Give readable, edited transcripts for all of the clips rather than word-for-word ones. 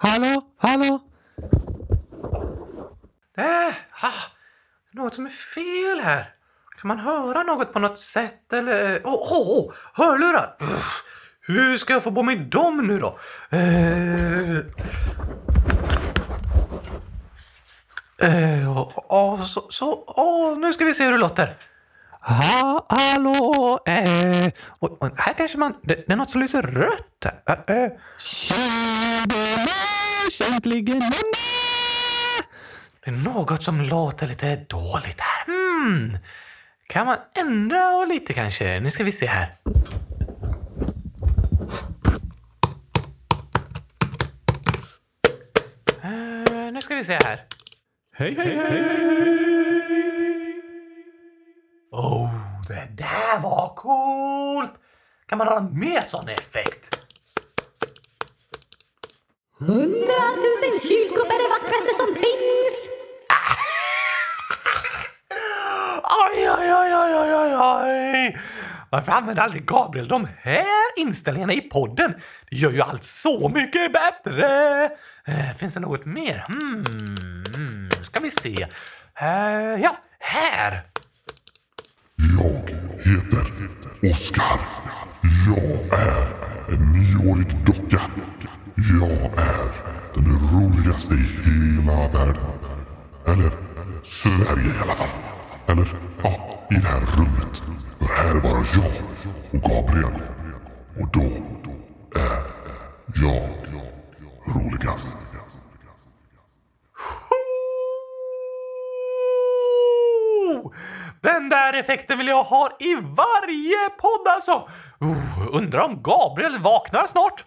Hallå? Något som är fel här. Kan man höra något på något sätt eller... Hörlurar! Hur ska jag få på mig dem nu då? Nu ska vi se hur det låter. Hallå? Här kanske man... Det är något som lyser rött. Äntligen måndag! Det är något som låter lite dåligt här. Kan man ändra lite kanske? Nu ska vi se här. Nu ska vi se här. Hej. Det där var coolt. Kan man ha mer sån effekt? 100 000 kylskåp är det vackraste som finns. Oj. Varför använder aldrig Gabriel de här inställningarna i podden? Det gör ju allt så mycket bättre. Finns det något mer? Ska vi se. Ja, här. Jag heter Oskar. Jag är en 9-årig docka. Jag är den roligaste i hela världen. Eller Sverige i alla fall. Eller i det här rummet. För här är bara jag och Gabriel. Och då är jag roligast. Den där effekten vill jag ha i varje podd alltså. Undrar om Gabriel vaknar snart.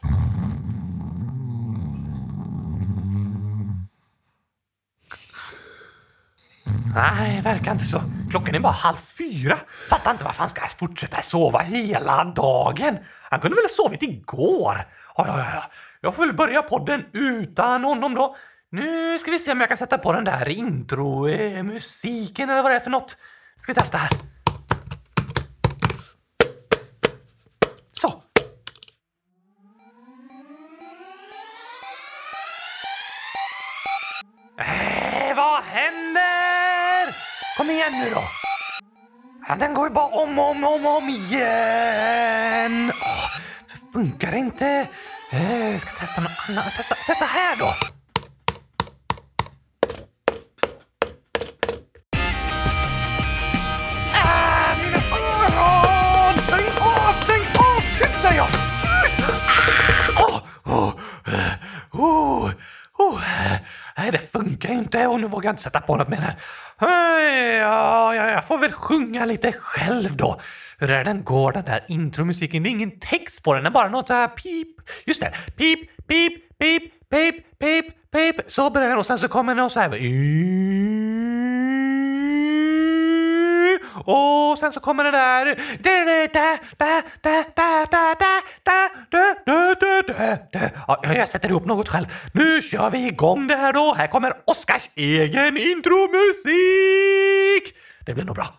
Nej, verkar inte så. Klockan är bara 3:30. Fattar inte varför han ska fortsätta sova hela dagen. Han kunde väl ha sovit igår. Ja. Jag får väl börja podden utan honom då. Nu ska vi se om jag kan sätta på den där intro-musiken eller vad det är för något. Ska vi testa här. Så. Vad händer? Kom igen nu då. Den går ju bara om igen. Det funkar inte. Jag ska testa något annat. Testa här då. Stäng av! Tyst säger jag! Nej, det funkar ju inte och nu vågar jag inte sätta på något mer här. Jag får väl sjunga lite själv då. Hur är den går, den där intromusiken? Det är ingen text på den, det är bara något så här pip. Just det, pip, pip, pip, pip, pip, pip. Så börjar den och sen så kommer den och så här. Och sen så kommer det där. Jag sätter ihop något själv. Nu kör vi igång det här då. Här kommer Oskars egen intromusik. Det blir nog bra.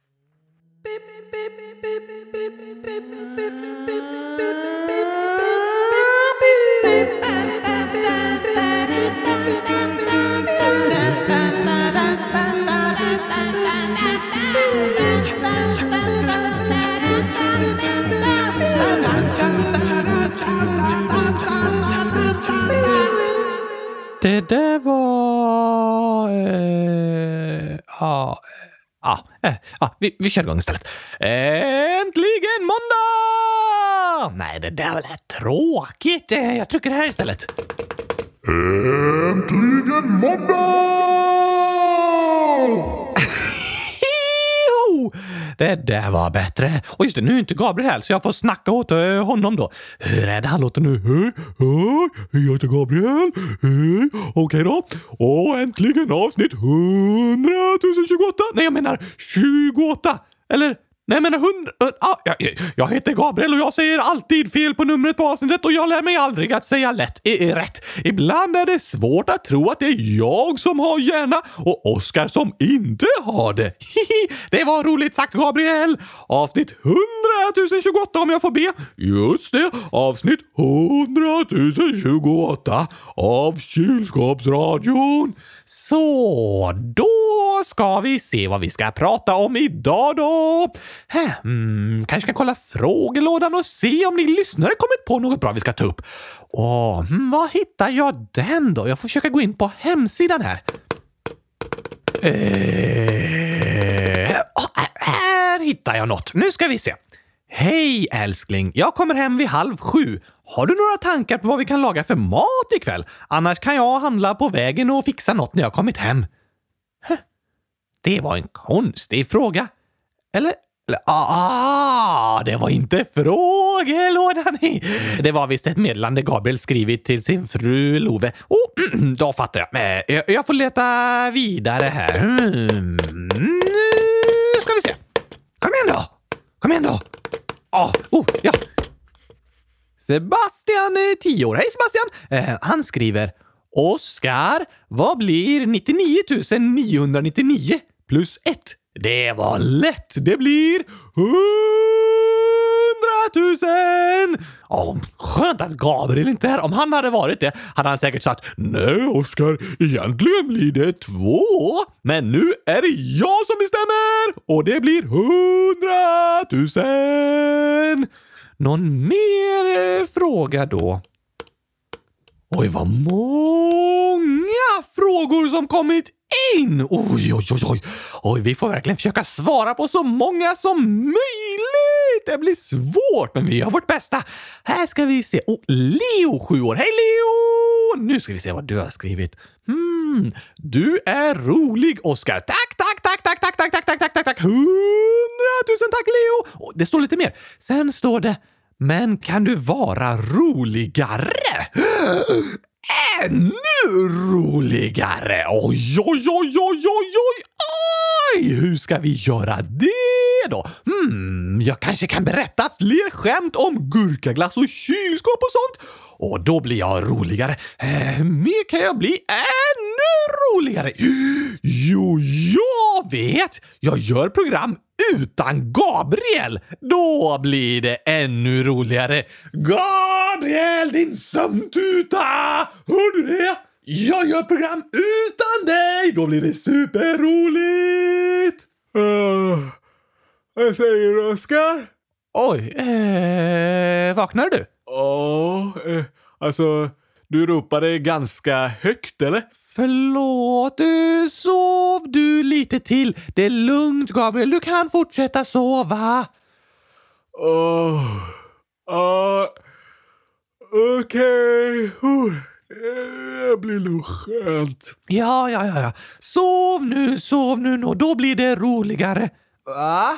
Det där var... vi kör igång istället. Äntligen måndag! Nej, det där var tråkigt. Jag trycker det här istället. Äntligen måndag! Det där var bättre. Och just det, nu är inte Gabriel här så jag får snacka åt honom då. Hur är det han låter nu? Hej, jag heter Gabriel. Hej, okej då. Och äntligen avsnitt 100 028. Nej, jag menar 28. Eller Nej men 100... Jag heter Gabriel och jag säger alltid fel på numret på avsnittet och jag lär mig aldrig att säga rätt. Ibland är det svårt att tro att det är jag som har hjärna och Oskar som inte har det. Det var roligt sagt, Gabriel. Avsnitt 100 028 om jag får be. Just det, avsnitt 100 028 av Kylskåpsradion. Så, då ska vi se vad vi ska prata om idag då. Kanske kan kolla frågelådan och se om ni lyssnare kommit på något bra vi ska ta upp. Vad hittar jag den då? Jag får försöka gå in på hemsidan här. Här hittar jag något. Nu ska vi se. Hej älskling, jag kommer hem vid 6:30. Har du några tankar på vad vi kan laga för mat ikväll? Annars kan jag handla på vägen och fixa något när jag kommit hem. Det var en konstig fråga. Eller det var inte frågelådan. Det var visst ett meddelande Gabriel skrivit till sin fru Love. Då fattar jag. Jag får leta vidare här. Nu ska vi se. Kom igen då. Ja. Sebastian är 10 år. Hej Sebastian! Han skriver: Oskar, vad blir 99 999 plus 1? Det var lätt. Det blir 100 000! Skönt att Gabriel inte är här. Om han hade varit det hade han säkert sagt: nej Oskar, egentligen blir det 2. Men nu är det jag som bestämmer! Och det blir 100 000! Någon mer fråga då? Oj, vad många frågor som kommit in! Oj, vi får verkligen försöka svara på så många som möjligt! Det blir svårt, men vi gör vårt bästa. Här ska vi se. Leo, 7 år. Hej Leo! Nu ska vi se vad du har skrivit. Du är rolig, Oskar. Tack. 100 000 tack, Leo! Det står lite mer. Sen står det: men kan du vara roligare? Ännu roligare! Oj! Hur ska vi göra det då? Jag kanske kan berätta fler skämt om gurkaglass och kylskåp och sånt. Och då blir jag roligare. Hur mer kan jag bli ännu roligare? Jo, jag vet! Jag gör program utan Gabriel. Då blir det ännu roligare. Gabriel, din sömntuta! Hör du det? Jag gör program utan dig. Då blir det superroligt. Vad säger du, Oskar? Oj, vaknar du? Alltså, du ropade ganska högt, eller? Förlåt, sov du lite till. Det är lugnt, Gabriel. Du kan fortsätta sova. Okej. Det blir nog skönt. Ja. Sov nu. Då blir det roligare. Va?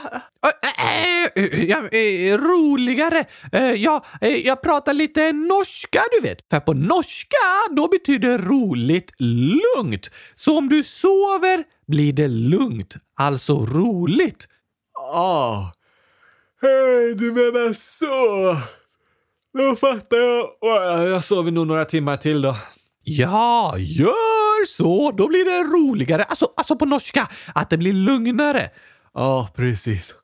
Roligare. Jag pratar lite norska, du vet. För på norska, då betyder roligt lugnt. Så om du sover blir det lugnt. Alltså roligt. Hej, du menar så. Då fattar jag. Jag sover nog några timmar till då. Ja, gör så. Då blir det roligare. Alltså på norska. Att det blir lugnare. Ja, precis.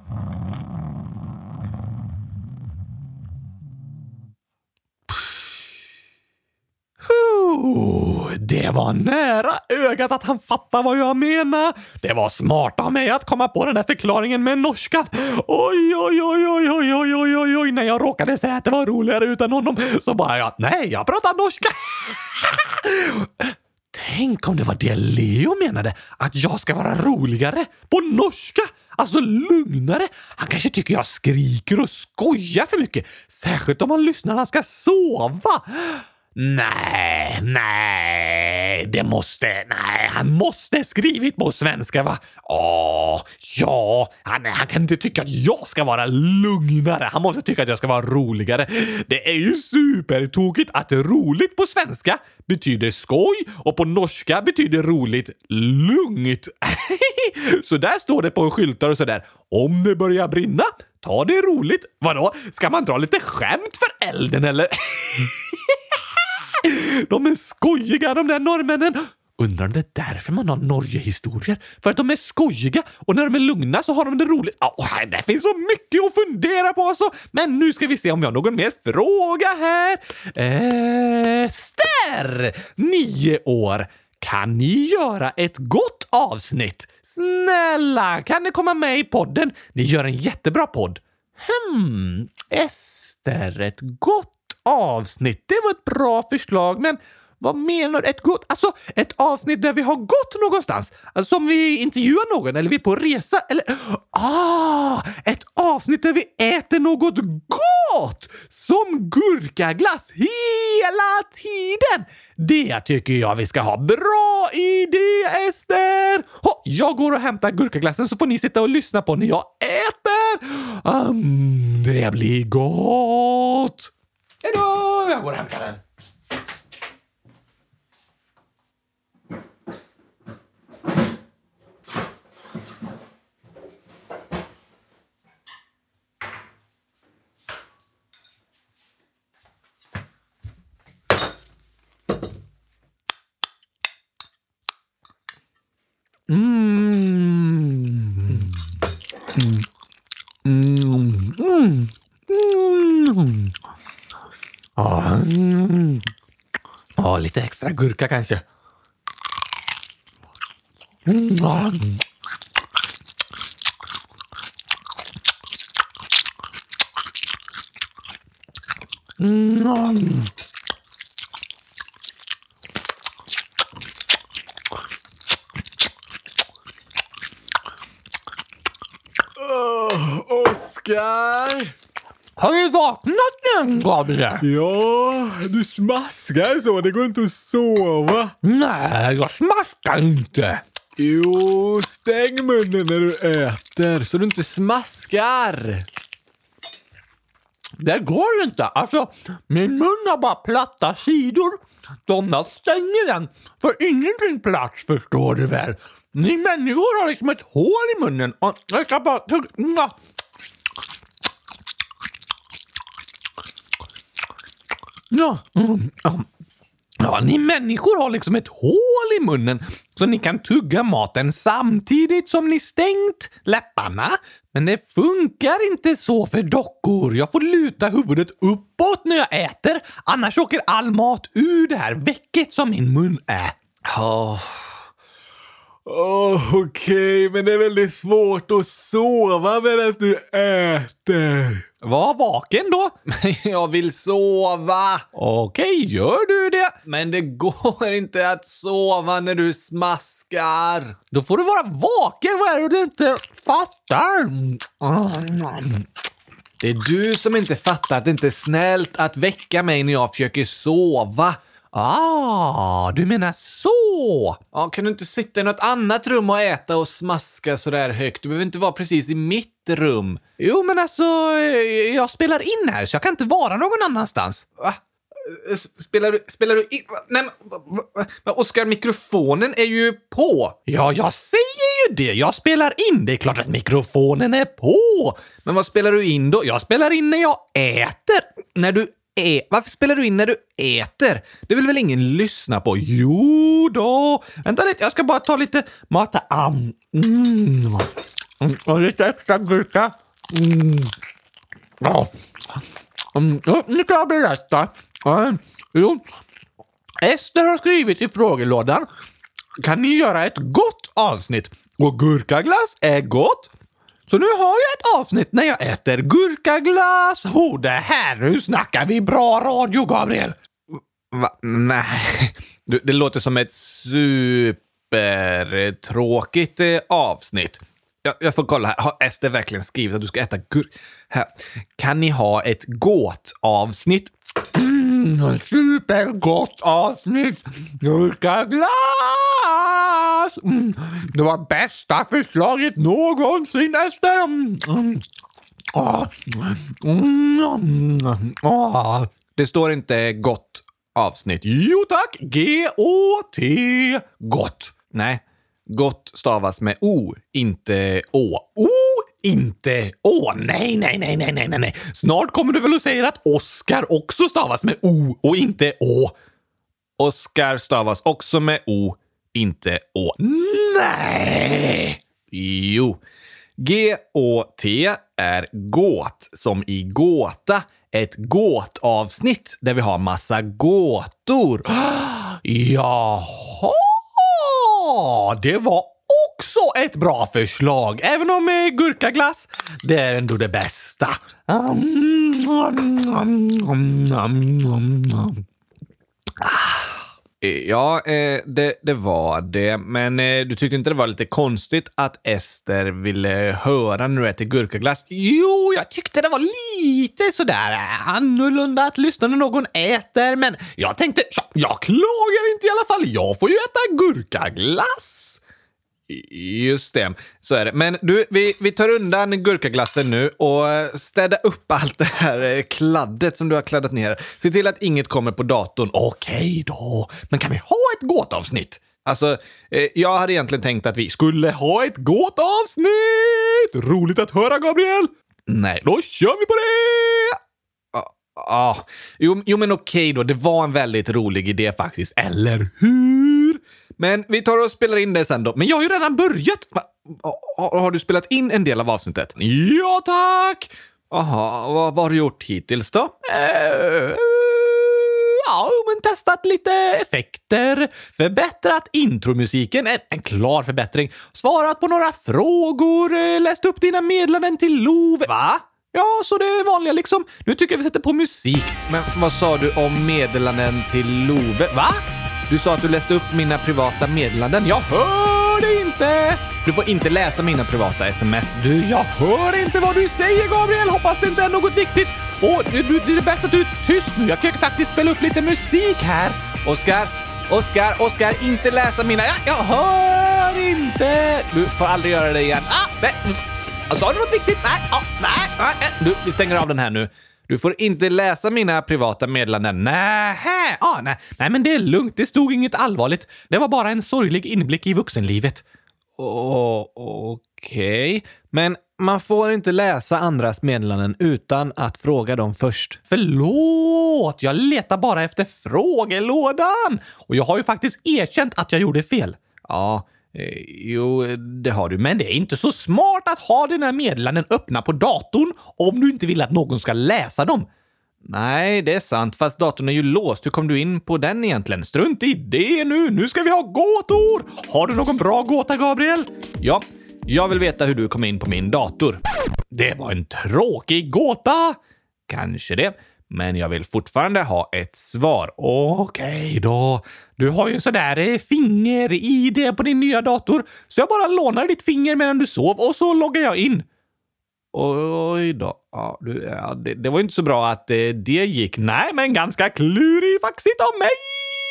Det var nära ögat att han fattar vad jag menar. Det var smart av mig att komma på den där förklaringen med norskan. Oj. När jag råkade säga att det var roligare utan honom så bara jag pratar norska. Tänk om det var det Leo menade. Att jag ska vara roligare på norska. Alltså lugnare. Han kanske tycker jag skriker och skojar för mycket. Särskilt om han lyssnar när han ska sova. Han måste skrivit på svenska, va? Han kan inte tycka att jag ska vara lugnare. Han måste tycka att jag ska vara roligare. Det är ju supertokigt att roligt på svenska betyder skoj och på norska betyder roligt lugnt. Så där står det på skyltar och sådär. Om det börjar brinna, ta det roligt. Vadå? Ska man dra lite skämt för elden eller? De är skojiga, de där norrmännen. Undrar om det är därför man har Norge-historier. För att de är skojiga och när de är lugna så har de det roligt. Det finns så mycket att fundera på alltså. Men nu ska vi se om vi har någon mer fråga här. Ester, 9 år. Kan ni göra ett gott avsnitt? Snälla, kan ni komma med i podden? Ni gör en jättebra podd. Ester, ett gott avsnitt. Det var ett bra förslag, men vad menar ett gott? Alltså, ett avsnitt där vi har gått någonstans. Alltså, som vi intervjuar någon eller vi är på resa. Eller, ett avsnitt där vi äter något gott! Som gurkaglass hela tiden. Det tycker jag vi ska ha. Bra idé, Ester! Jag går och hämtar gurkaglassen så får ni sitta och lyssna på när jag äter. Det blir gott! Hejdå! Jag går och hämtar den. Lite extra gurka kanske. Oskar! Har du vaknat nu, Gabriel? Ja, du smaskar så. Det går inte att sova. Nej, jag smaskar inte. Jo, stäng munnen när du äter så du inte smaskar. Det går inte. Alltså, min mun har bara platta sidor. Jag stänger den för ingenting plats, förstår du väl. Ni människor har liksom ett hål i munnen. Och jag ska bara tugga. Ja, ni människor har liksom ett hål i munnen så ni kan tugga maten samtidigt som ni stängt läpparna. Men det funkar inte så för dockor. Jag får luta huvudet uppåt när jag äter. Annars åker all mat ur det här väcket som min mun är. Okej, men det är väldigt svårt att sova medan du äter. Var vaken då? Jag vill sova. Okej, gör du det? Men det går inte att sova när du smaskar. Då får du vara vaken. Vad är det du inte fattar? Det är du som inte fattar att det inte är snällt att väcka mig när jag försöker sova. Du menar så? Ja, kan du inte sitta i något annat rum och äta och smaska så där högt? Du behöver inte vara precis i mitt rum. Jo, men alltså, jag spelar in här så jag kan inte vara någon annanstans. Va? Spelar du in? Nej, men Oskar, mikrofonen är ju på. Ja, jag säger ju det. Jag spelar in. Det är klart att mikrofonen är på. Men vad spelar du in då? Jag spelar in när jag äter. Varför spelar du in när du äter? Det vill väl ingen lyssna på? Jo då. Vänta lite, jag ska bara ta lite mat. Och lite extra gurka. Nu kan jag berätta. Ester har skrivit i frågelådan. Kan ni göra ett gott avsnitt? Och gurkaglass är gott. Så nu har jag ett avsnitt när jag äter gurkaglass. Det här, nu snackar vi bra radio, Gabriel. Va? Nej, det låter som ett supertråkigt avsnitt. Jag får kolla här. Har Ester verkligen skrivit att du ska äta gurk? Här. Kan ni ha ett gåt avsnitt? Supergott avsnitt. Gurkaglass! Det var bästa förslaget någonsin, Ester. Det står inte gott avsnitt. Jo tack, G-O-T. Gott. Nej, gott stavas med O, inte Å. O, inte Å. Nej. Snart kommer du väl att säga att Oscar också stavas med O och inte Å. Oscar stavas också med O, inte Å. Nej! Jo. G-O-T är gåt, som i gåta. Ett gåtavsnitt där vi har massa gåtor. Jaha! Det var också ett bra förslag. Även om gurkaglass, det är ändå det bästa. Ja, det var det. Men du tyckte inte det var lite konstigt att Ester ville höra när du äter gurkaglass? Jo, jag tyckte det var lite sådär annorlunda att lyssna när någon äter. Men jag tänkte, jag klagar inte i alla fall. Jag får ju äta gurkaglass. Just det, så är det. Men du, vi tar undan gurkaglassen nu och städa upp allt det här kladdet som du har kladdat ner. Se till att inget kommer på datorn. Okej då, men kan vi ha ett gåtavsnitt? Alltså, jag hade egentligen tänkt att vi skulle ha ett gåtavsnitt. Roligt att höra, Gabriel. Nej, då kör vi på det! Jo, men okej då. Det var en väldigt rolig idé faktiskt. Eller hur? Men vi tar och spelar in det sen då. Men jag har ju redan börjat. Har du spelat in en del av avsnittet? Ja, tack! Aha, vad har du gjort hittills då? Men testat lite effekter. Förbättrat intromusiken. En klar förbättring. Svarat på några frågor. Läst upp dina meddelanden till Love. Va? Ja, så det är vanliga liksom. Nu tycker jag vi sätter på musik. Men vad sa du om meddelanden till Love? Va? Du sa att du läste upp mina privata meddelanden. Jag hörde inte! Du får inte läsa mina privata sms. Du, jag hör inte vad du säger, Gabriel. Hoppas det inte är något viktigt. Och det är bäst att du är tyst nu. Jag kan faktiskt spela upp lite musik här. Oskar, inte läsa mina... Jag hör inte! Du får aldrig göra det igen. Nej. Sa du något viktigt? Nej. Du, vi stänger av den här nu. Du får inte läsa mina privata meddelanden. Nej, men det är lugnt. Det stod inget allvarligt. Det var bara en sorglig inblick i vuxenlivet. Okej. Men man får inte läsa andras meddelanden utan att fråga dem först. Förlåt, jag letar bara efter frågelådan. Och jag har ju faktiskt erkänt att jag gjorde fel. Ja, jo, det har du. Men det är inte så smart att ha dina meddelanden öppna på datorn om du inte vill att någon ska läsa dem. Nej, det är sant. Fast datorn är ju låst. Hur kom du in på den egentligen? Strunt i det nu. Nu ska vi ha gåtor. Har du någon bra gåta, Gabriel? Ja, jag vill veta hur du kom in på min dator. Det var en tråkig gåta. Kanske det. Men jag vill fortfarande ha ett svar. Okej då. Du har ju sådär finger-ID på din nya dator. Så jag bara lånar ditt finger medan du sov och så loggar jag in. Oj då. Ja, det var inte så bra att det gick. Nej, men ganska klurifaxigt av mig.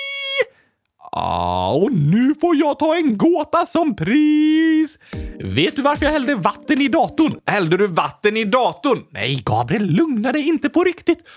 Och nu får jag ta en gåta som pris. Vet du varför jag hällde vatten i datorn? Hällde du vatten i datorn? Nej, Gabriel, lugna dig inte på riktigt.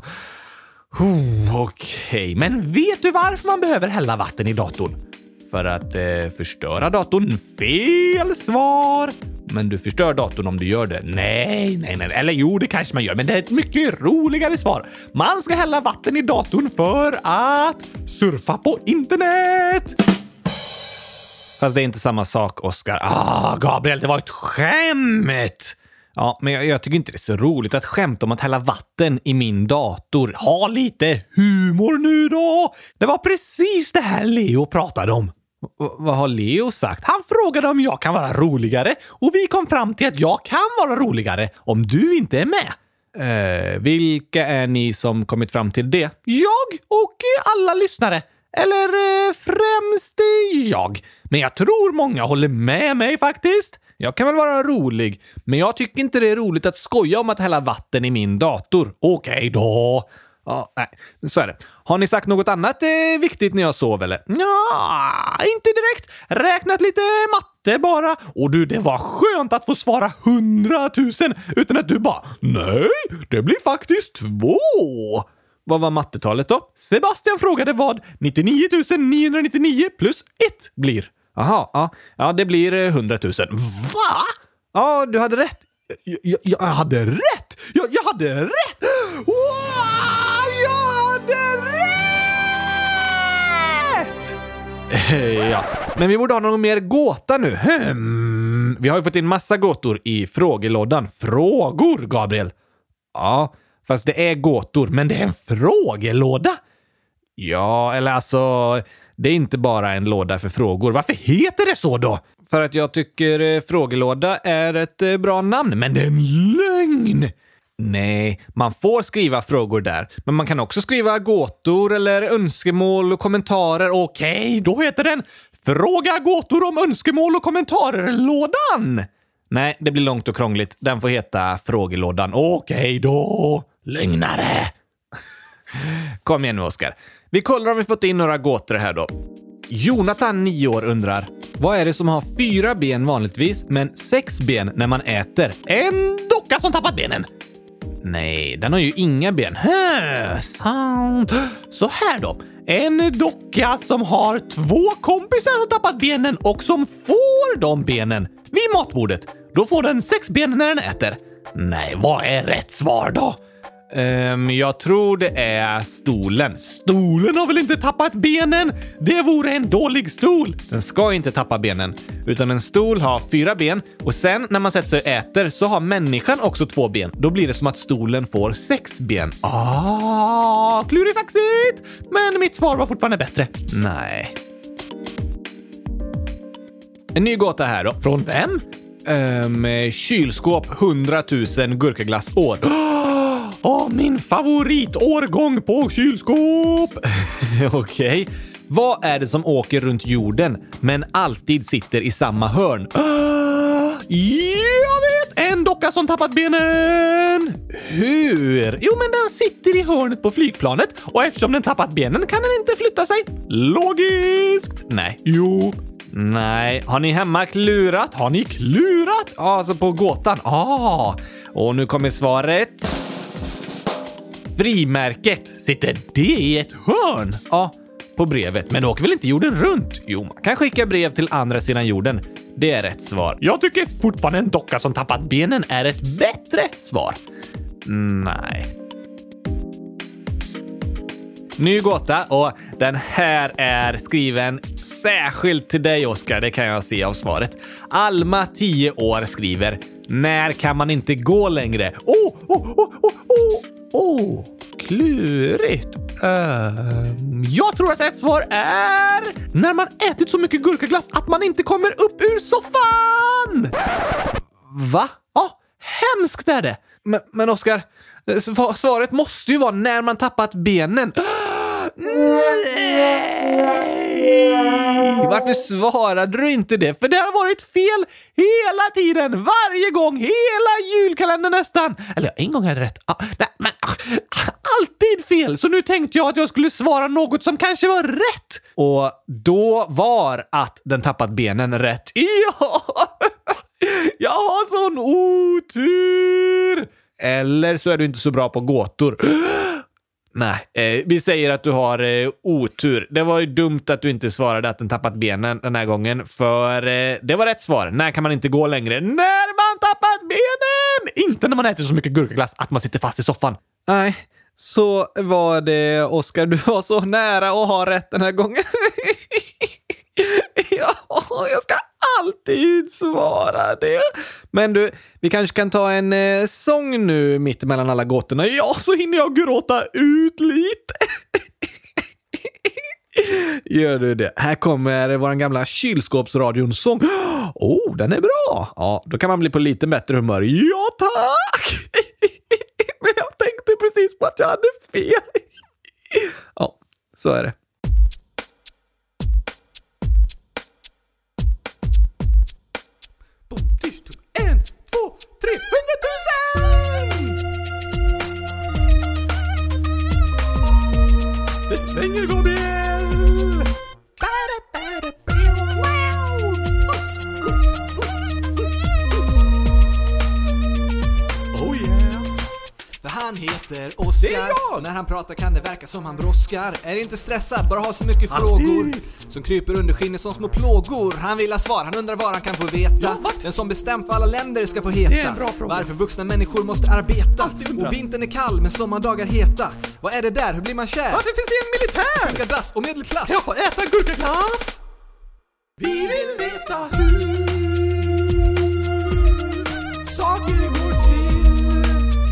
Okej, men vet du varför man behöver hälla vatten i datorn? För att förstöra datorn? Fel svar! Men du förstör datorn om du gör det. Nej. Eller jo, det kanske man gör. Men det är ett mycket roligare svar. Man ska hälla vatten i datorn för att surfa på internet. Fast det är inte samma sak, Oskar. Gabriel, det var ett skämt. Ja, men jag tycker inte det är så roligt att skämta om att hälla vatten i min dator. Ha lite humor nu då. Det var precis det här Leo pratade om. Vad har Leo sagt? Han frågade om jag kan vara roligare och vi kom fram till att jag kan vara roligare om du inte är med. Vilka är ni som kommit fram till det? Jag och alla lyssnare. Eller främst jag. Men jag tror många håller med mig faktiskt. Jag kan väl vara rolig, men jag tycker inte det är roligt att skoja om att hälla vatten i min dator. Okej då. Ja, nej, så är det. Har ni sagt något annat viktigt när jag sov eller? Ja, inte direkt. Räknat lite matte bara. Och du, det var skönt att få svara 100 000 utan att du bara, nej, det blir faktiskt 2. Vad var mattetalet då? Sebastian frågade vad 99 999 plus 1 blir. Aha, ja, det blir 100 000. Va? Ja, du hade rätt. Jag hade rätt! Jag hade rätt! Wow, jag hade rätt! Ja, men vi borde ha någon mer gåta nu. Vi har ju fått in massa gåtor i frågelådan. Frågor, Gabriel. Ja, fast det är gåtor, men det är en frågelåda. Ja, eller alltså, det är inte bara en låda för frågor. Varför heter det så då? För att jag tycker frågelåda är ett bra namn, men det är en lögn. Nej, man får skriva frågor där. Men man kan också skriva gåtor eller önskemål och kommentarer. Okej, då heter den Fråga gåtor om önskemål och kommentarer-lådan. Nej, det blir långt och krångligt. Den får heta frågelådan. Okej då, lögnare. Kom igen nu, Oskar. Vi kollar om vi fått in några gåtor här då. Jonathan, 9 år, undrar: vad är det som har 4 ben vanligtvis men 6 ben när man äter? En docka som tappat benen. Nej, den har ju inga ben. Sant. Så här då. En docka som har 2 kompisar som tappat benen och som får de benen vid matbordet. Då får den 6 ben när den äter. Nej, vad är rätt svar då? Jag tror det är stolen. Stolen har väl inte tappat benen? Det vore en dålig stol. Den ska inte tappa benen. Utan en stol har 4 ben. Och sen när man sätter sig och äter så har människan också 2 ben. Då blir det som att stolen får 6 ben. Klurifaxigt! Men mitt svar var fortfarande bättre. Nej. En ny gåta här då. Från vem? Kylskåp 100 000 gurkaglassår. Min favoritårgång på kylskåp! Okej. Vad är det som åker runt jorden men alltid sitter i samma hörn? Jag vet! En docka som tappat benen! Hur? Jo, men den sitter i hörnet på flygplanet och eftersom den tappat benen kan den inte flytta sig. Logiskt! Nej. Jo. Nej. Har ni hemma klurat? Har ni klurat? Alltså på gåtan. Och nu kommer svaret. Frimärket. Sitter det i ett hörn? Ja, på brevet. Men åker väl inte jorden runt? Jo, man kan skicka brev till andra sidan jorden. Det är rätt svar. Jag tycker fortfarande en docka som tappat benen är ett bättre svar. Nej. Ny gåta, och den här är skriven särskilt till dig, Oskar. Det kan jag se av svaret. Alma, 10 år, skriver: när kan man inte gå längre? Klurigt. Jag tror att rätt svar är när man ätit så mycket gurkaglass att man inte kommer upp ur soffan. Va? Ja, hemskt är det. Men Oskar, svaret måste ju vara när man tappat benen. Nej! Varför svarade du inte det? För det har varit fel hela tiden. Varje gång. Hela julkalendern nästan. Eller en gång hade jag rätt. Nej, men alltid fel. Så nu tänkte jag att jag skulle svara något som kanske var rätt. Och då var att den tappat benen rätt. Ja! Jag har sån otur. Eller så är du inte så bra på gåtor. Nej, vi säger att du har otur. Det var ju dumt att du inte svarade att den tappat benen den här gången. För det var rätt svar. När kan man inte gå längre? När man tappat benen! Inte när man äter så mycket gurkaglass att man sitter fast i soffan. Nej, så var det, Oskar. Du var så nära att ha rätt den här gången. Ja, jag ska alltid svara det. Men du, vi kanske kan ta en sång nu mitt emellan alla gåtorna. Ja, så hinner jag gråta ut lite. Gör du det? Här kommer våran gamla kylskåpsradion-sång. Den är bra. Ja, då kan man bli på lite bättre humör. Ja, tack! Men jag tänkte precis på att jag hade fel. Ja, så är det. Tyst. 1, 2, 3, 100 000! Oskar. Det är jag! Och när han pratar kan det verka som han brådskar. Är inte stressad, bara har så mycket frågor som kryper under skinnet som små plågor. Han vill ha svar, han undrar vad han kan få veta. Den som bestämt vad alla länder ska få heta. Det är en bra fråga. Varför vuxna människor måste arbeta. Och vintern är kall men sommardagar heta. Vad är det där? Hur blir man kär? Varför finns det en militär? Gurkaglass och medelklass. Kan jag få äta gurkaglass? Vi vill veta hur saker går till.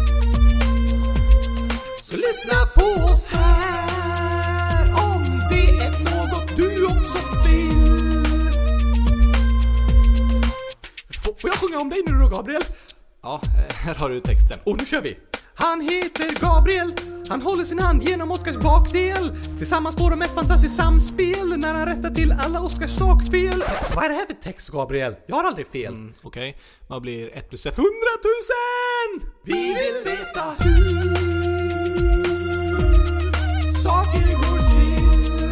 Så lyssna på oss här om det är något du också vill. Får jag sjunga om dig nu då, Gabriel? Ja, här har du texten. Och nu kör vi. Han heter Gabriel, han håller sin hand genom Oskars bakdel. Tillsammans får de ett fantastiskt samspel när han rättar till alla Oskars sakfel. Vad är det här för text, Gabriel? Jag har aldrig fel. Okej. Vad blir 1 + 1? 100 000! Vi vill veta hur saker går till.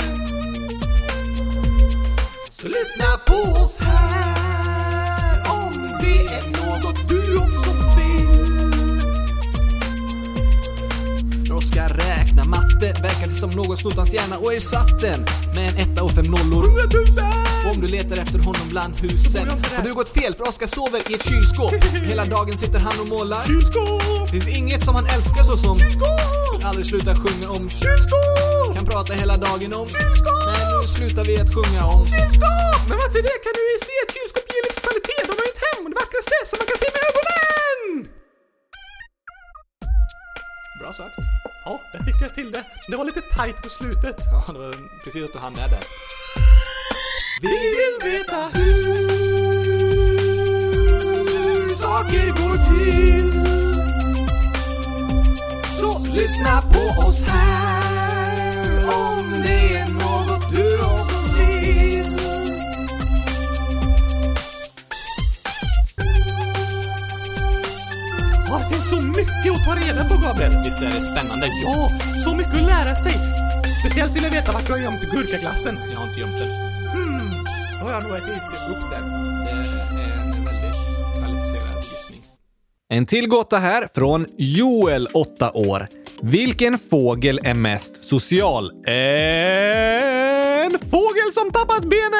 Så lyssna på oss här om det är något du också vill. Oskar räkna matte, verkar det som någon snott hans hjärna och ersatt den med en 1 och 5 nollor. 100 000! Om du letar efter honom bland husen har du gått fel, för Oskar sover i ett kylskåp. Hela dagen sitter han och målar. Kylskåp! Finns inget som han älskar så som Kylskåp! vill aldrig sluta sjunga om. Kylskåp! Kan prata hela dagen om. Kylskåp! Men nu slutar vi att sjunga om. Kylskåp! Men varför det? Kan du ju se att kylskåp ger livskvalitet? De har ju ett hem och det vackraste som man kan se med ögonen! Bra sagt. Ja, där fick jag till det. Det var lite tajt på slutet. Ja, det var precis att du hann med där. Vi vill veta hur saker går till. Så lyssna på oss här om det är något du också vill. Ja, det finns så mycket att ta reda på, Gabriel. Visst är det spännande? Ja, så mycket att lära sig. Speciellt vill jag veta vart du har gömt gurkaglassen. Jag har inte gömt den. Då har jag nog ett yrkesgrupp där. Det är en väldigt kvalificerad gissning. En till gåta här från Joel, 8 år. Vilken fågel är mest social? En fågel som tappat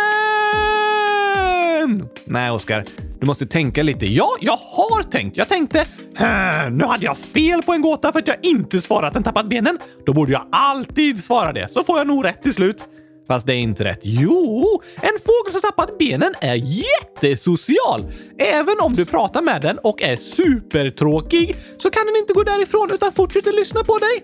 benen! Nej, Oskar. Du måste tänka lite. Ja, jag har tänkt. Jag tänkte, nu hade jag fel på en gåta för att jag inte svarat den tappat benen. Då borde jag alltid svara det. Så får jag nog rätt till slut. Fast det är inte rätt. Jo, en fågel som tappat benen är jättesocial. Även om du pratar med den och är supertråkig så kan den inte gå därifrån utan fortsätter lyssna på dig.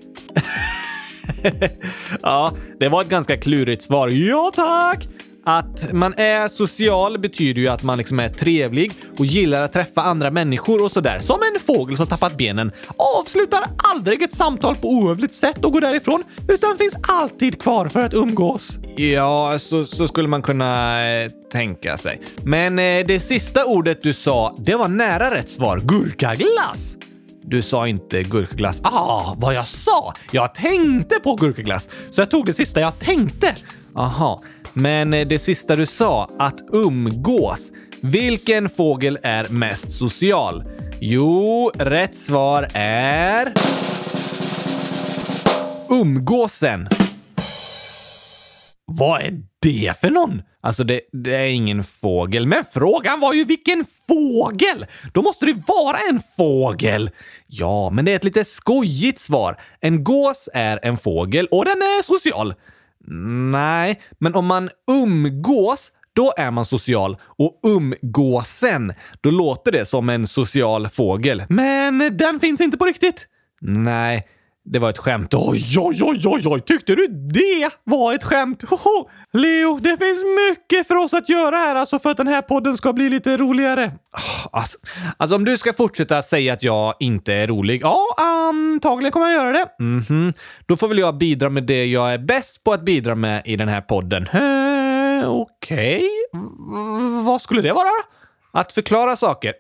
Ja, det var ett ganska klurigt svar. Ja, tack! Att man är social betyder ju att man liksom är trevlig och gillar att träffa andra människor och sådär. Som en fågel som tappat benen avslutar aldrig ett samtal på ohövligt sätt och går därifrån, utan finns alltid kvar för att umgås. Ja, så skulle man kunna tänka sig. Men det sista ordet du sa, det var nära rätt svar. Gurkaglass! Du sa inte gurkaglass. Vad jag sa! Jag tänkte på gurkaglass, så jag tog det sista jag tänkte. Aha. Men det sista du sa, att umgås. Vilken fågel är mest social? Jo, rätt svar är umgåsen. Vad är det för någon? Alltså det är ingen fågel. Men frågan var ju vilken fågel? Då måste det vara en fågel. Ja, men det är ett lite skojigt svar. En gås är en fågel och den är social. Nej, men om man umgås, då är man social. Och umgåsen, då låter det som en social fågel. Men den finns inte på riktigt. Nej, det var ett skämt. Oj. Tyckte du det var ett skämt? Hoho. Leo, det finns mycket för oss att göra här alltså för att den här podden ska bli lite roligare. Alltså om du ska fortsätta säga att jag inte är rolig, ja, antagligen kommer jag göra det. Då får väl jag bidra med det jag är bäst på att bidra med i den här podden. Okej. Vad skulle det vara? Att förklara saker?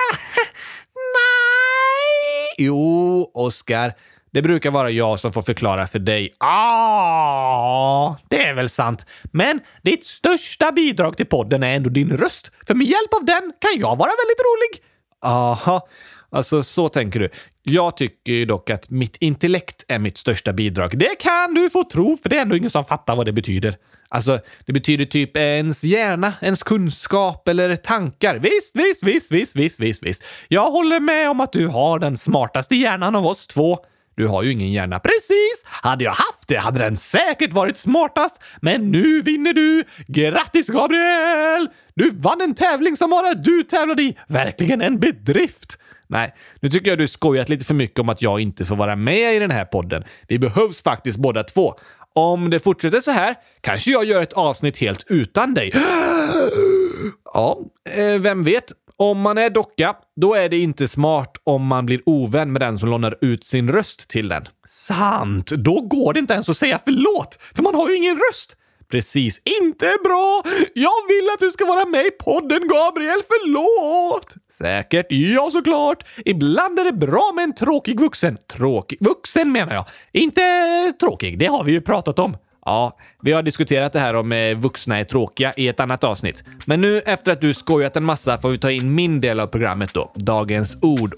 Nej! Jo, Oskar. Det brukar vara jag som får förklara för dig. Det är väl sant. Men ditt största bidrag till podden är ändå din röst. För med hjälp av den kan jag vara väldigt rolig. Aha. Alltså så tänker du. Jag tycker ju dock att mitt intellekt är mitt största bidrag. Det kan du få tro, för det är ändå ingen som fattar vad det betyder. Alltså, det betyder typ ens hjärna, ens kunskap eller tankar. Visst. Jag håller med om att du har den smartaste hjärnan av oss två. Du har ju ingen hjärna. Precis! Hade jag haft det hade den säkert varit smartast. Men nu vinner du! Grattis, Gabriel! Du vann en tävling som bara du tävlade i. Verkligen en bedrift! Nej, nu tycker jag du skojat lite för mycket om att jag inte får vara med i den här podden. Vi behövs faktiskt båda två. Om det fortsätter så här kanske jag gör ett avsnitt helt utan dig. Ja, vem vet? Om man är docka, då är det inte smart om man blir ovän med den som lånar ut sin röst till den. Sant! Då går det inte ens att säga förlåt, för man har ju ingen röst. Precis, inte bra! Jag vill att du ska vara med i podden, Gabriel, förlåt! Säkert, ja såklart. Ibland är det bra med en tråkig vuxen. Tråkig vuxen menar jag. Inte tråkig, det har vi ju pratat om. Ja, vi har diskuterat det här om vuxna är tråkiga i ett annat avsnitt. Men nu efter att du skojat en massa får vi ta in min del av programmet då. Dagens ord.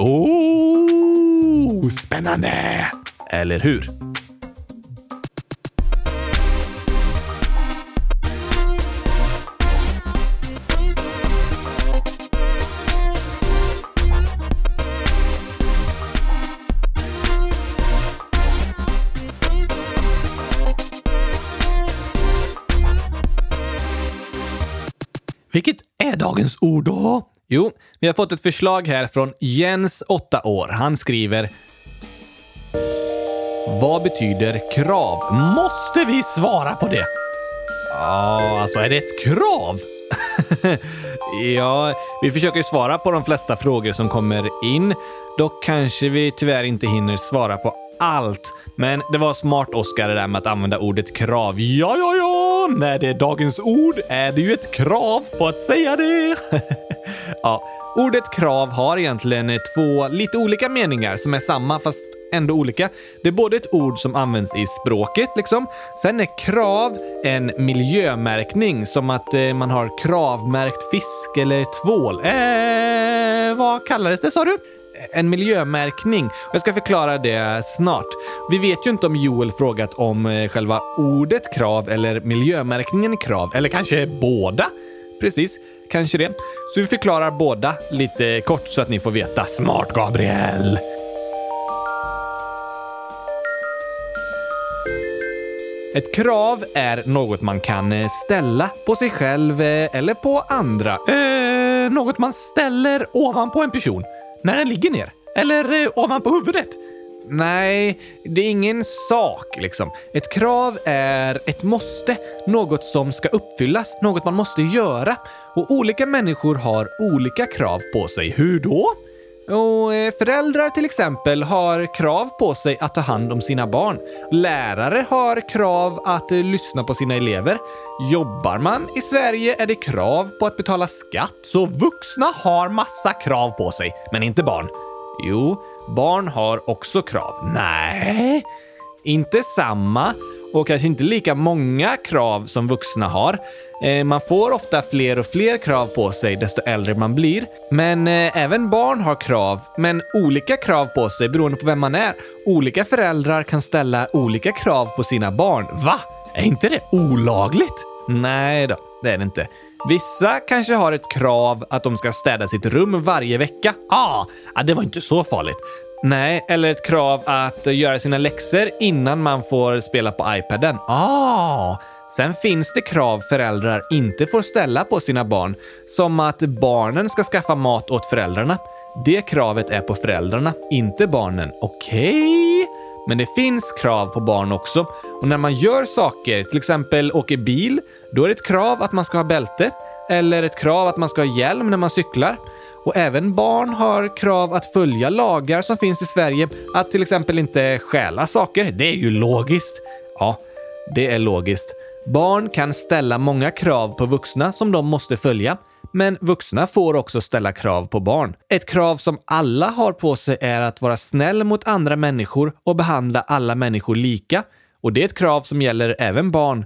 Spännande! Eller hur? Vilket är dagens ord då? Jo, vi har fått ett förslag här från Jens, 8 år. Han skriver: vad betyder krav? Måste vi svara på det? Ja, alltså är det ett krav? Ja, vi försöker ju svara på de flesta frågor som kommer in. Dock kanske vi tyvärr inte hinner svara på allt. Men det var smart, Oskar, det där med att använda ordet krav. Ja. När det är dagens ord är det ju ett krav på att säga det. Ja, ordet krav har egentligen 2 lite olika meningar som är samma fast ändå olika. Det är både ett ord som används i språket liksom. Sen är krav en miljömärkning, som att man har kravmärkt fisk eller tvål. Vad kallades det, sa du? En miljömärkning. Jag ska förklara det snart. Vi vet ju inte om Joel frågat om själva ordet krav eller miljömärkningen krav. Eller kanske båda? Precis, kanske det. Så vi förklarar båda lite kort så att ni får veta. Smart, Gabriel! Ett krav är något man kan ställa på sig själv eller på andra. Något man ställer ovanpå en person när den ligger ner. Eller ovanpå huvudet. Nej, det är ingen sak liksom. Ett krav är ett måste. Något som ska uppfyllas. Något man måste göra. Och olika människor har olika krav på sig. Hur då? Och föräldrar till exempel har krav på sig att ta hand om sina barn. Lärare har krav att lyssna på sina elever. Jobbar man i Sverige är det krav på att betala skatt. Så vuxna har massa krav på sig, men inte barn. Jo, barn har också krav. Nej, inte samma och kanske inte lika många krav som vuxna har. Man får ofta fler och fler krav på sig desto äldre man blir. Men även barn har krav, men olika krav på sig beroende på vem man är. Olika föräldrar kan ställa olika krav på sina barn. Va? Är inte det olagligt? Nej då, det är det inte. Vissa kanske har ett krav att de ska städa sitt rum varje vecka. Det var inte så farligt. Nej, eller ett krav att göra sina läxor innan man får spela på iPaden. Sen finns det krav föräldrar inte får ställa på sina barn. Som att barnen ska skaffa mat åt föräldrarna. Det kravet är på föräldrarna, inte barnen. Okej. Men det finns krav på barn också. Och när man gör saker, till exempel åker bil, då är det ett krav att man ska ha bälte. Eller ett krav att man ska ha hjälm när man cyklar. Och även barn har krav att följa lagar som finns i Sverige. Att till exempel inte stjäla saker. Det är ju logiskt. Ja, det är logiskt. Barn kan ställa många krav på vuxna som de måste följa. Men vuxna får också ställa krav på barn. Ett krav som alla har på sig är att vara snäll mot andra människor och behandla alla människor lika. Och det är ett krav som gäller även barn.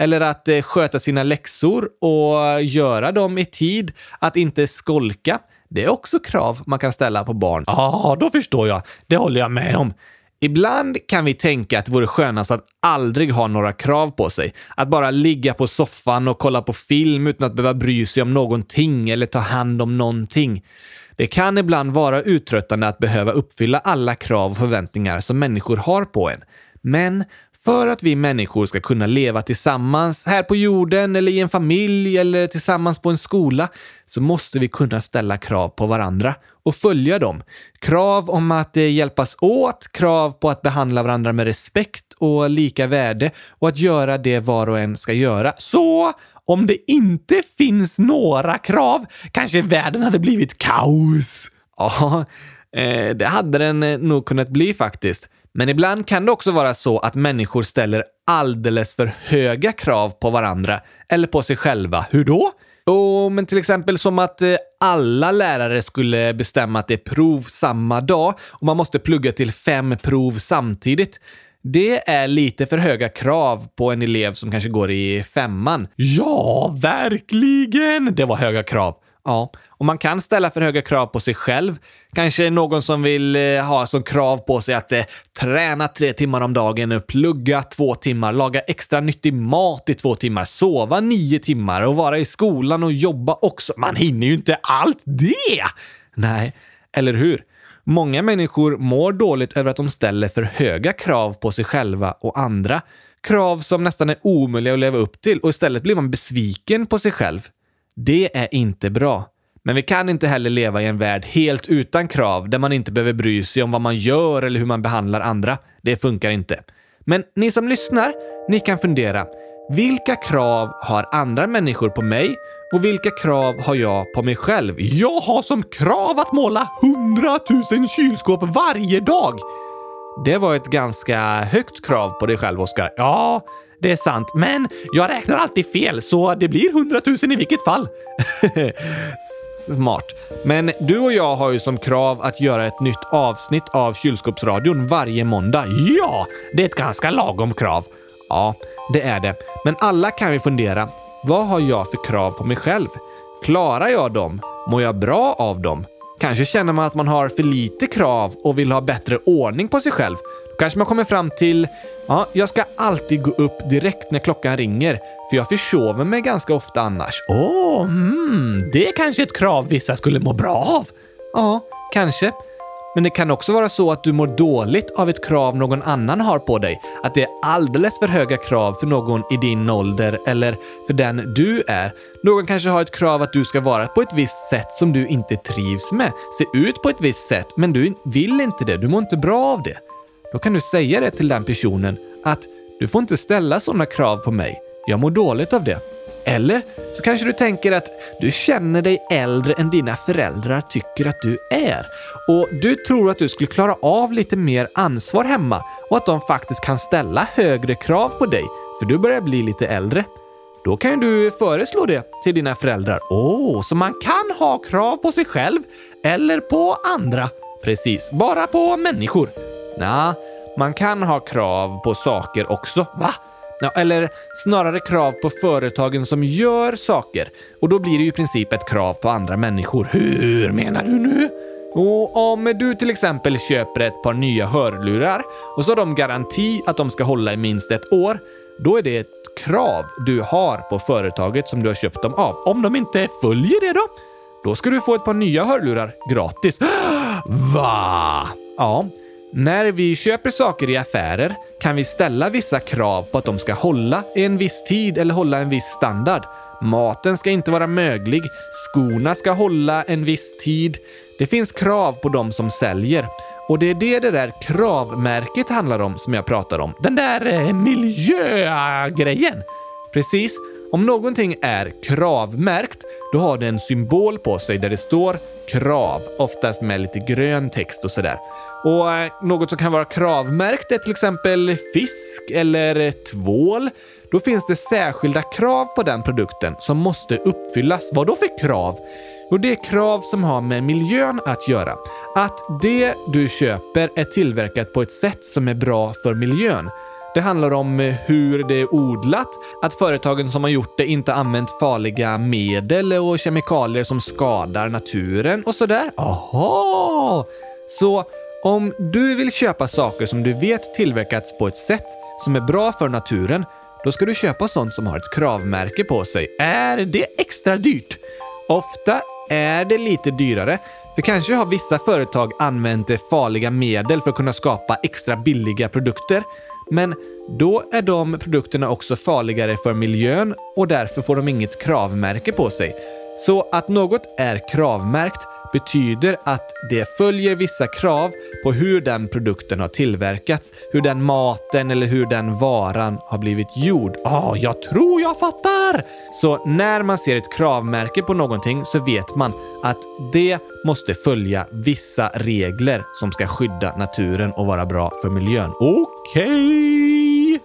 eller att sköta sina läxor och göra dem i tid, att inte skolka. Det är också krav man kan ställa på barn. Ja, då förstår jag. Det håller jag med om. Ibland kan vi tänka att det vore skönast att aldrig ha några krav på sig. Att bara ligga på soffan och kolla på film utan att behöva bry sig om någonting eller ta hand om någonting. Det kan ibland vara uttröttande att behöva uppfylla alla krav och förväntningar som människor har på en. Men för att vi människor ska kunna leva tillsammans här på jorden eller i en familj eller tillsammans på en skola så måste vi kunna ställa krav på varandra och följa dem. Krav om att hjälpas åt, krav på att behandla varandra med respekt och lika värde och att göra det var och en ska göra. Så om det inte finns några krav kanske världen hade blivit kaos. Ja, det hade den nog kunnat bli faktiskt. Men ibland kan det också vara så att människor ställer alldeles för höga krav på varandra eller på sig själva. Hur då? Men till exempel som att alla lärare skulle bestämma att det är prov samma dag och man måste plugga till 5 prov samtidigt. Det är lite för höga krav på en elev som kanske går i 5:an. Ja, verkligen! Det var höga krav. Ja, och man kan ställa för höga krav på sig själv. Kanske någon som vill ha som krav på sig att träna 3 timmar om dagen, plugga 2 timmar, laga extra nyttig mat i 2 timmar, sova 9 timmar och vara i skolan och jobba också. Man hinner ju inte allt det! Nej, eller hur? Många människor mår dåligt över att de ställer för höga krav på sig själva och andra. Krav som nästan är omöjliga att leva upp till och istället blir man besviken på sig själv. Det är inte bra. Men vi kan inte heller leva i en värld helt utan krav där man inte behöver bry sig om vad man gör eller hur man behandlar andra. Det funkar inte. Men ni som lyssnar, ni kan fundera. Vilka krav har andra människor på mig och vilka krav har jag på mig själv? Jag har som krav att måla 100 000 kylskåp varje dag. Det var ett ganska högt krav på dig själv, Oskar. Ja, det är sant. Men jag räknar alltid fel så det blir 100 000 i vilket fall. Smart. Men du och jag har ju som krav att göra ett nytt avsnitt av Kylskåpsradion varje måndag. Ja, det är ett ganska lagom krav. Ja, det är det. Men alla kan vi fundera. Vad har jag för krav på mig själv? Klarar jag dem? Mår jag bra av dem? Kanske känner man att man har för lite krav och vill ha bättre ordning på sig själv. Då kanske man kommer fram till jag ska alltid gå upp direkt när klockan ringer. För jag försover mig ganska ofta annars. Det är kanske ett krav vissa skulle må bra av. Ja, kanske. Men det kan också vara så att du mår dåligt av ett krav någon annan har på dig. Att det är alldeles för höga krav för någon i din ålder eller för den du är. Någon kanske har ett krav att du ska vara på ett visst sätt som du inte trivs med. Se ut på ett visst sätt, men du vill inte det. Du mår inte bra av det. Då kan du säga det till den personen att du får inte ställa sådana krav på mig. Jag mår dåligt av det. Eller så kanske du tänker att du känner dig äldre än dina föräldrar tycker att du är. Och du tror att du skulle klara av lite mer ansvar hemma och att de faktiskt kan ställa högre krav på dig för du börjar bli lite äldre. Då kan du föreslå det till dina föräldrar. Så man kan ha krav på sig själv eller på andra. Precis, bara på människor. Nej, man kan ha krav på saker också. Va? Ja, eller snarare krav på företagen som gör saker. Och då blir det ju i princip ett krav på andra människor. Hur menar du nu? Och om du till exempel köper ett par nya hörlurar och så har de garanti att de ska hålla i minst 1 år, då är det ett krav du har på företaget som du har köpt dem av. Om de inte följer det då ska du få ett par nya hörlurar gratis. Va? Ja. När vi köper saker i affärer kan vi ställa vissa krav på att de ska hålla i en viss tid eller hålla en viss standard. Maten ska inte vara möglig, skorna ska hålla en viss tid. Det finns krav på de som säljer. Och det är det där kravmärket handlar om som jag pratar om. Den där miljögrejen. Precis. Om någonting är kravmärkt, då har det en symbol på sig där det står krav, oftast med lite grön text och sådär. Och något som kan vara kravmärkt är till exempel fisk eller tvål. Då finns det särskilda krav på den produkten som måste uppfyllas. Vad då för krav? Och det är krav som har med miljön att göra. Att det du köper är tillverkat på ett sätt som är bra för miljön. Det handlar om hur det är odlat, att företagen som har gjort det inte använt farliga medel och kemikalier som skadar naturen och sådär. Aha! Så om du vill köpa saker som du vet tillverkats på ett sätt som är bra för naturen, då ska du köpa sånt som har ett kravmärke på sig. Är det extra dyrt? Ofta är det lite dyrare, för kanske har vissa företag använt farliga medel för att kunna skapa extra billiga produkter. Men då är de produkterna också farligare för miljön och därför får de inget kravmärke på sig. Så att något är kravmärkt betyder att det följer vissa krav på hur den produkten har tillverkats, hur den maten eller hur den varan har blivit gjord. Jag tror jag fattar! Så när man ser ett kravmärke på någonting så vet man att det måste följa vissa regler som ska skydda naturen och vara bra för miljön. Okej!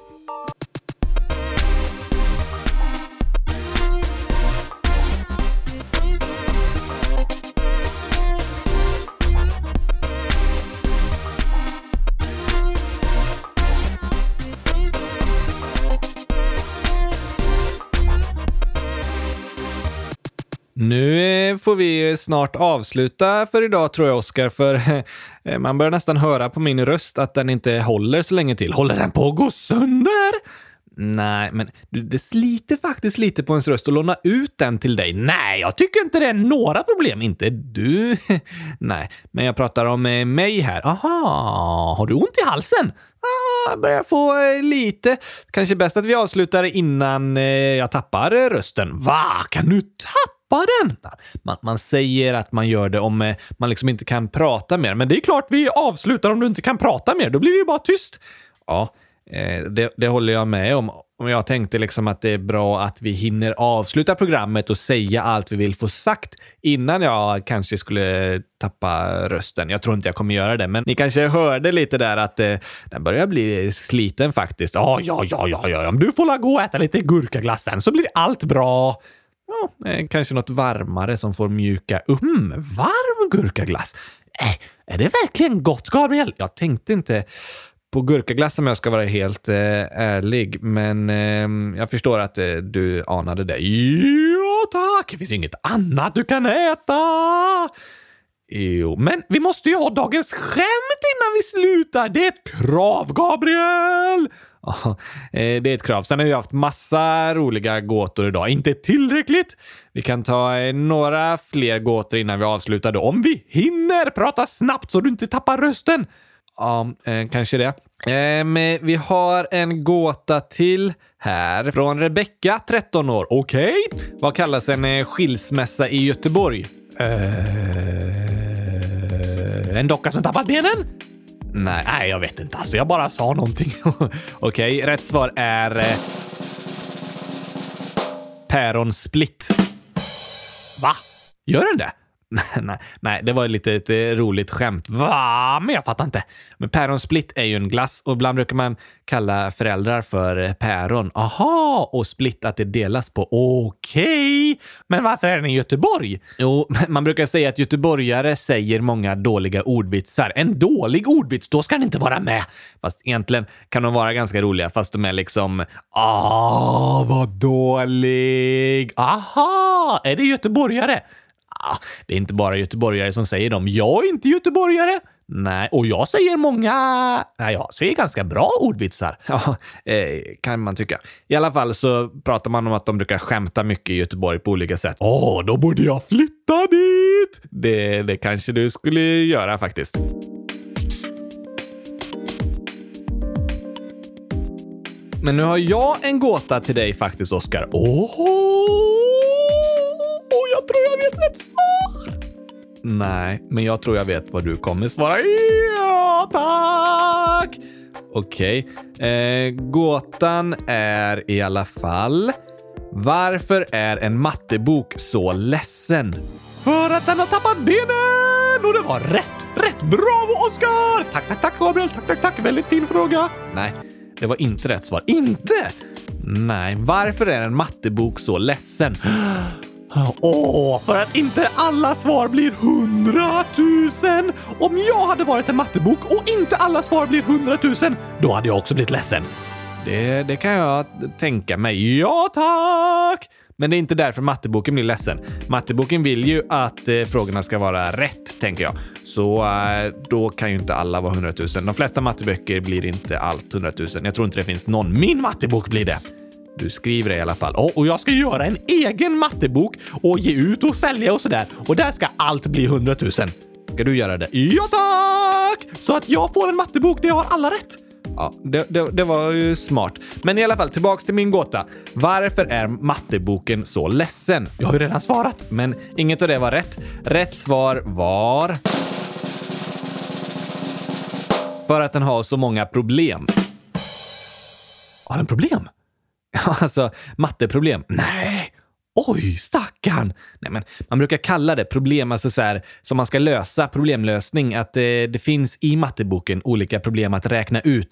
Nu får vi snart avsluta för idag tror jag, Oskar, för man börjar nästan höra på min röst att den inte håller så länge till. Håller den på att gå sönder? Nej, men det sliter faktiskt lite på ens röst att låna ut den till dig. Nej, jag tycker inte det är några problem. Inte du. Nej, men jag pratar om mig här. Aha, har du ont i halsen? Jag börjar få lite. Kanske bäst att vi avslutar innan jag tappar rösten. Va? Kan du tappa den? Man säger att man gör det om man liksom inte kan prata mer. Men det är klart vi avslutar om du inte kan prata mer. Då blir det ju bara tyst. Ja, det håller jag med om. Jag tänkte liksom att det är bra att vi hinner avsluta programmet och säga allt vi vill få sagt innan jag kanske skulle tappa rösten. Jag tror inte jag kommer göra det, men ni kanske hörde lite där att den börjar bli sliten faktiskt. Ja. Om du får gå och äta lite gurkaglass sen så blir allt bra. Ja, kanske något varmare som får mjuka upp. Varm gurkaglass. Är det verkligen gott, Gabriel? Jag tänkte inte på gurkaglass om jag ska vara helt ärlig. Men jag förstår att du anade det. Ja tack, det finns inget annat du kan äta. Jo, men vi måste ju ha dagens skämt innan vi slutar. Det är ett krav, Gabriel. Ja, det är ett krav. Sen har vi haft massa roliga gåtor idag. Inte tillräckligt. Vi kan ta några fler gåtor innan vi avslutar då. Om vi hinner prata snabbt så du inte tappar rösten. Ja, kanske det. Men vi har en gåta till här från Rebecca, 13 år. Okej. Vad kallas en skilsmässa i Göteborg? En docka som tappat benen? Nej, jag vet inte. Alltså, jag bara sa någonting. Okej, rätt svar är päronsplit. Va? Gör den det? Nej, det var lite ett roligt skämt. Va? Men jag fattar inte. Men päronsplit är ju en glass och ibland brukar man kalla föräldrar för päron. Aha, och split att det delas på. Okej. Men varför är den i Göteborg? Jo, man brukar säga att göteborgare säger många dåliga ordvitsar. En dålig ordvits, då ska den inte vara med. Fast egentligen kan de vara ganska roliga, fast de är liksom vad dålig. Aha, är det göteborgare? Det är inte bara göteborgare som säger dem. Jag är inte göteborgare. Nej, och jag säger jag säger ganska bra ordvitsar. Ja, kan man tycka. I alla fall så pratar man om att de brukar skämta mycket i Göteborg på olika sätt. Då borde jag flytta dit. Det kanske du skulle göra faktiskt. Men nu har jag en gåta till dig faktiskt, Oskar. Jag tror jag vet rätt svar. Nej, men jag tror jag vet vad du kommer svara. Ja, tack! Okej. Gåtan är i alla fall: varför är en mattebok så ledsen? För att den har tappat benen! Och det var rätt. Bravo, Oskar! Tack, Gabriel. Tack. Väldigt fin fråga. Nej, det var inte rätt svar. Inte? Nej, varför är en mattebok så ledsen? För att inte alla svar blir 100 000. Om jag hade varit en mattebok och inte alla svar blir 100 000, då hade jag också blivit ledsen. Det kan jag tänka mig. Ja, tack! Men det är inte därför matteboken blir ledsen. Matteboken vill ju att frågorna ska vara rätt, tänker jag. Så då kan ju inte alla vara 100 000. De flesta matteböcker blir inte allt 100 000. Jag tror inte det finns någon. Min mattebok blir det. Du skriver det i alla fall. Och jag ska göra en egen mattebok och ge ut och sälja och sådär. Och där ska allt bli 100 000. Ska du göra det? Ja, tack! Så att jag får en mattebok där jag har alla rätt. Ja, det var ju smart. Men i alla fall, tillbaks till min gåta. Varför är matteboken så ledsen? Jag har ju redan svarat, men inget av det var rätt. Rätt svar var... för att den har så många problem. Har den problem? Alltså, matteproblem. Nej! Oj, stackarn! Nej, men man brukar kalla det problem, alltså så här, som man ska lösa, problemlösning, att det finns i matteboken olika problem att räkna ut.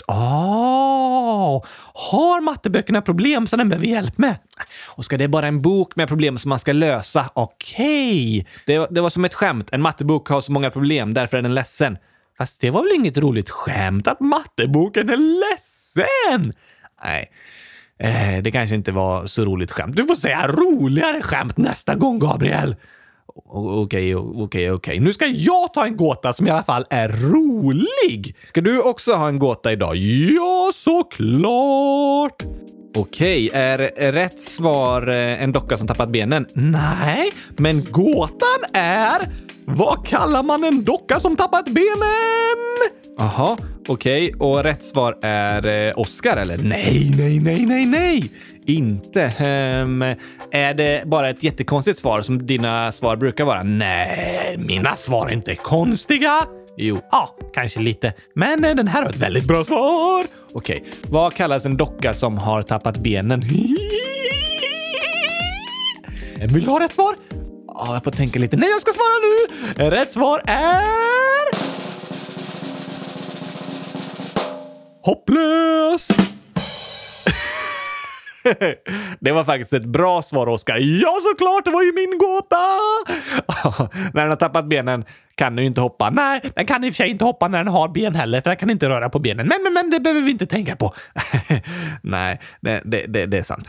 Har matteböckerna problem som den behöver hjälp med? Och ska det bara en bok med problem som man ska lösa? Okej. Det var som ett skämt. En mattebok har så många problem, därför är den ledsen. Fast det var väl inget roligt skämt att matteboken är ledsen? Nej. Det kanske inte var så roligt skämt. Du får säga roligare skämt nästa gång, Gabriel. Okej. Nu ska jag ta en gåta som i alla fall är rolig. Ska du också ha en gåta idag? Ja, såklart. Okej, är rätt svar en docka som tappat benen? Nej, men gåtan är... vad kallar man en docka som tappat benen? Aha, okej. Och rätt svar är Oscar, eller? Nej. Inte. Är det bara ett jättekonstigt svar som dina svar brukar vara? Nej, mina svar är inte konstiga. Jo, kanske lite. Men den här har ett väldigt bra svar. Okej, vad kallas en docka som har tappat benen? Vill du ha rätt svar? Jag får tänka lite. Nej, jag ska svara nu! Rätt svar är... hopplös! Det var faktiskt ett bra svar, Oskar. Ja, såklart! Det var ju min gåta! När den har tappat benen kan den ju inte hoppa. Nej, den kan i och för sig inte hoppa när den har ben heller, för den kan inte röra på benen. Men det behöver vi inte tänka på. Nej, det är sant.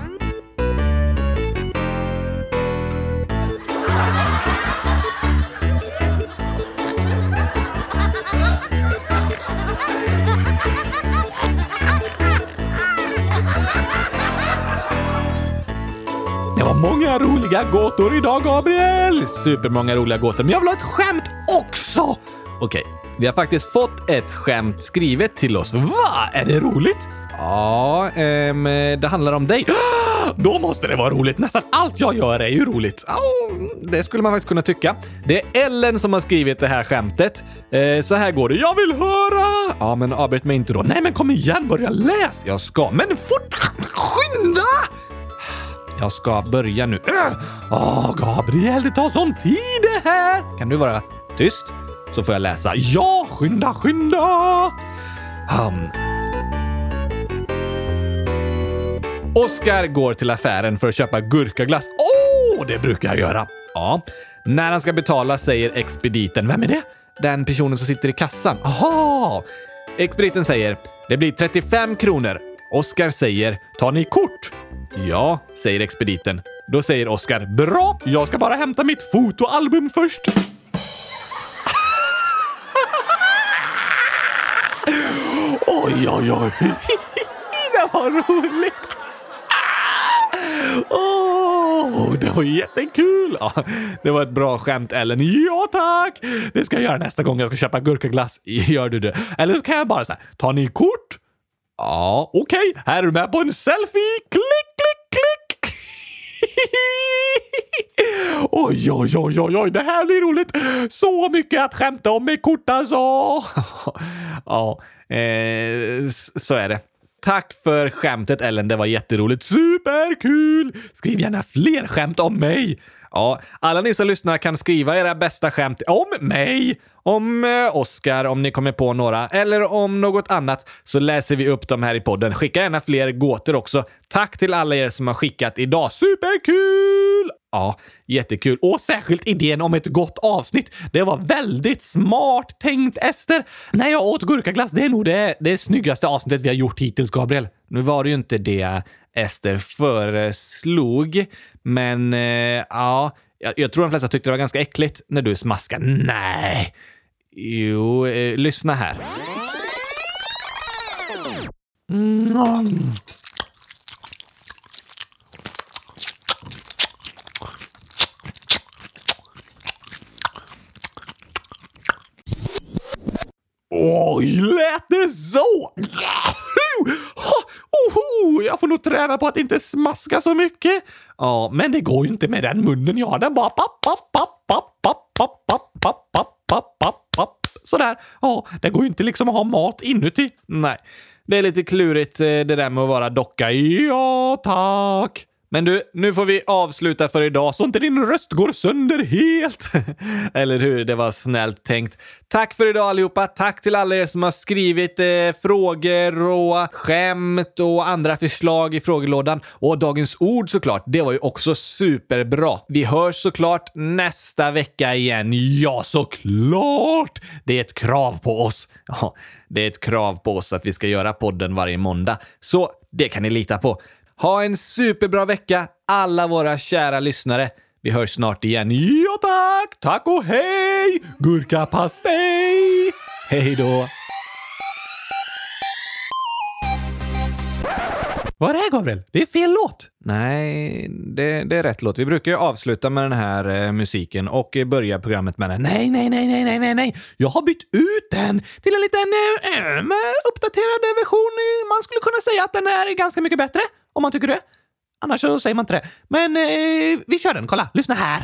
Det var många roliga gåtor idag, Gabriel. Supermånga roliga gåtor. Men jag vill ha ett skämt också. Okej, vi har faktiskt fått ett skämt skrivet till oss. Va? Är det roligt? Ja, det handlar om dig. Då måste det vara roligt. Nästan allt jag gör är ju roligt. Det skulle man faktiskt kunna tycka. Det är Ellen som har skrivit det här skämtet. Så här går det. Jag vill höra! Ja, men avbryt mig inte då. Nej, men kom igen, börja läs. Jag ska. Men fort, skynda! Jag ska börja nu. Gabriel, det tar sån tid det här. Kan du vara tyst? Så får jag läsa. Ja, skynda! Oskar går till affären för att köpa gurkaglass. Det brukar jag göra. Ja. När han ska betala säger expediten. Vem är det? Den personen som sitter i kassan. Aha! Expediten säger, det blir 35 kronor. Oskar säger, tar ni kort? Ja, säger expediten. Då säger Oskar, bra, jag ska bara hämta mitt fotoalbum först. Oj. Det var roligt. Det var jättekul. Det var ett bra skämt, Ellen. Ja, tack. Det ska jag göra nästa gång jag ska köpa gurkaglass. Gör du det? Eller så kan jag bara säga, tar ni kort? Ja, okej. Här är du med på en selfie. Klick. Oj. Det här blir roligt. Så mycket att skämta om med kort alltså. Så är det. Tack för skämtet, Ellen. Det var jätteroligt. Superkul! Skriv gärna fler skämt om mig. Ja, alla ni som lyssnar kan skriva era bästa skämt om mig, om Oskar, om ni kommer på några, eller om något annat, så läser vi upp dem här i podden. Skicka gärna fler gåtor också. Tack till alla er som har skickat idag. Superkul! Ja, jättekul. Och särskilt idén om ett gott avsnitt. Det var väldigt smart tänkt, Ester. När jag åt gurkaglass, det är nog det snyggaste avsnittet vi har gjort hittills, Gabriel. Nu var det ju inte det Ester föreslog, men ja, jag tror de flesta tyckte det var ganska äckligt när du smaskade. Nej. Jo, lyssna här. Oj, lät det så? Jag får nog träna på att inte smaska så mycket. Ja, men det går ju inte med den munnen jag har. Den bara sådär. Ja, det går ju inte liksom att ha mat inuti. Nej, det är lite klurigt det där med att vara docka. Ja, tack. Men du, nu får vi avsluta för idag så inte din röst går sönder helt. Eller hur? Det var snällt tänkt. Tack för idag allihopa. Tack till alla er som har skrivit frågor och skämt och andra förslag i frågelådan. Och dagens ord såklart, det var ju också superbra. Vi hörs såklart nästa vecka igen. Ja, såklart! Det är ett krav på oss. Ja, det är ett krav på oss att vi ska göra podden varje måndag. Så det kan ni lita på. Ha en superbra vecka, alla våra kära lyssnare. Vi hörs snart igen. Ja tack! Tack och hej! Gurkapastej! Hej då! Vad är det här, Gabriel? Det är fel låt. Nej, det är rätt låt. Vi brukar ju avsluta med den här musiken och börja programmet med den. Nej. Jag har bytt ut den till en liten uppdaterad version. Man skulle kunna säga att den är ganska mycket bättre, om man tycker det. Annars så säger man inte det. Men vi kör den. Kolla, lyssna här.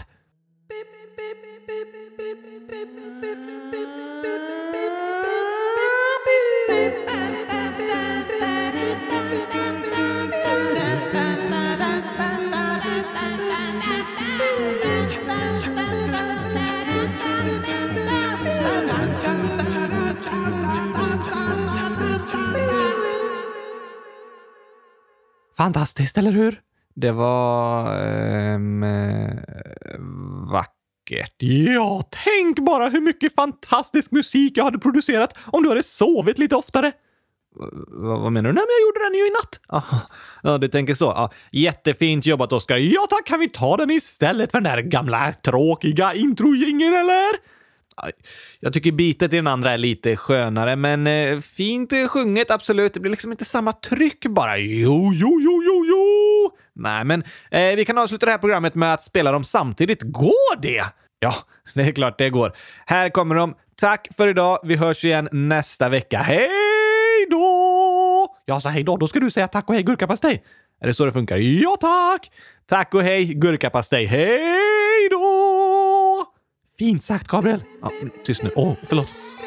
Fantastiskt, eller hur? Det var vackert. Ja, tänk bara hur mycket fantastisk musik jag hade producerat om du hade sovit lite oftare. Vad menar du? Nej, men jag gjorde den ju i natt. Ja, du tänker så. Ja, jättefint jobbat, Oskar. Ja tack, kan vi ta den istället för den där gamla tråkiga introjingen, eller? Jag tycker bitet i den andra är lite skönare, men fint sjunget, absolut. Det blir liksom inte samma tryck bara. Jo. Nej, men vi kan avsluta det här programmet med att spela dem samtidigt. Går det? Ja, det är klart det går. Här kommer de. Tack för idag. Vi hörs igen nästa vecka. Hej då! Jag sa hej då ska du säga tack och hej gurkapastej. Är det så det funkar? Ja tack! Tack och hej gurkapastej. Hej då! Fint sagt, Gabriel. Ja, tyst nu. Förlåt.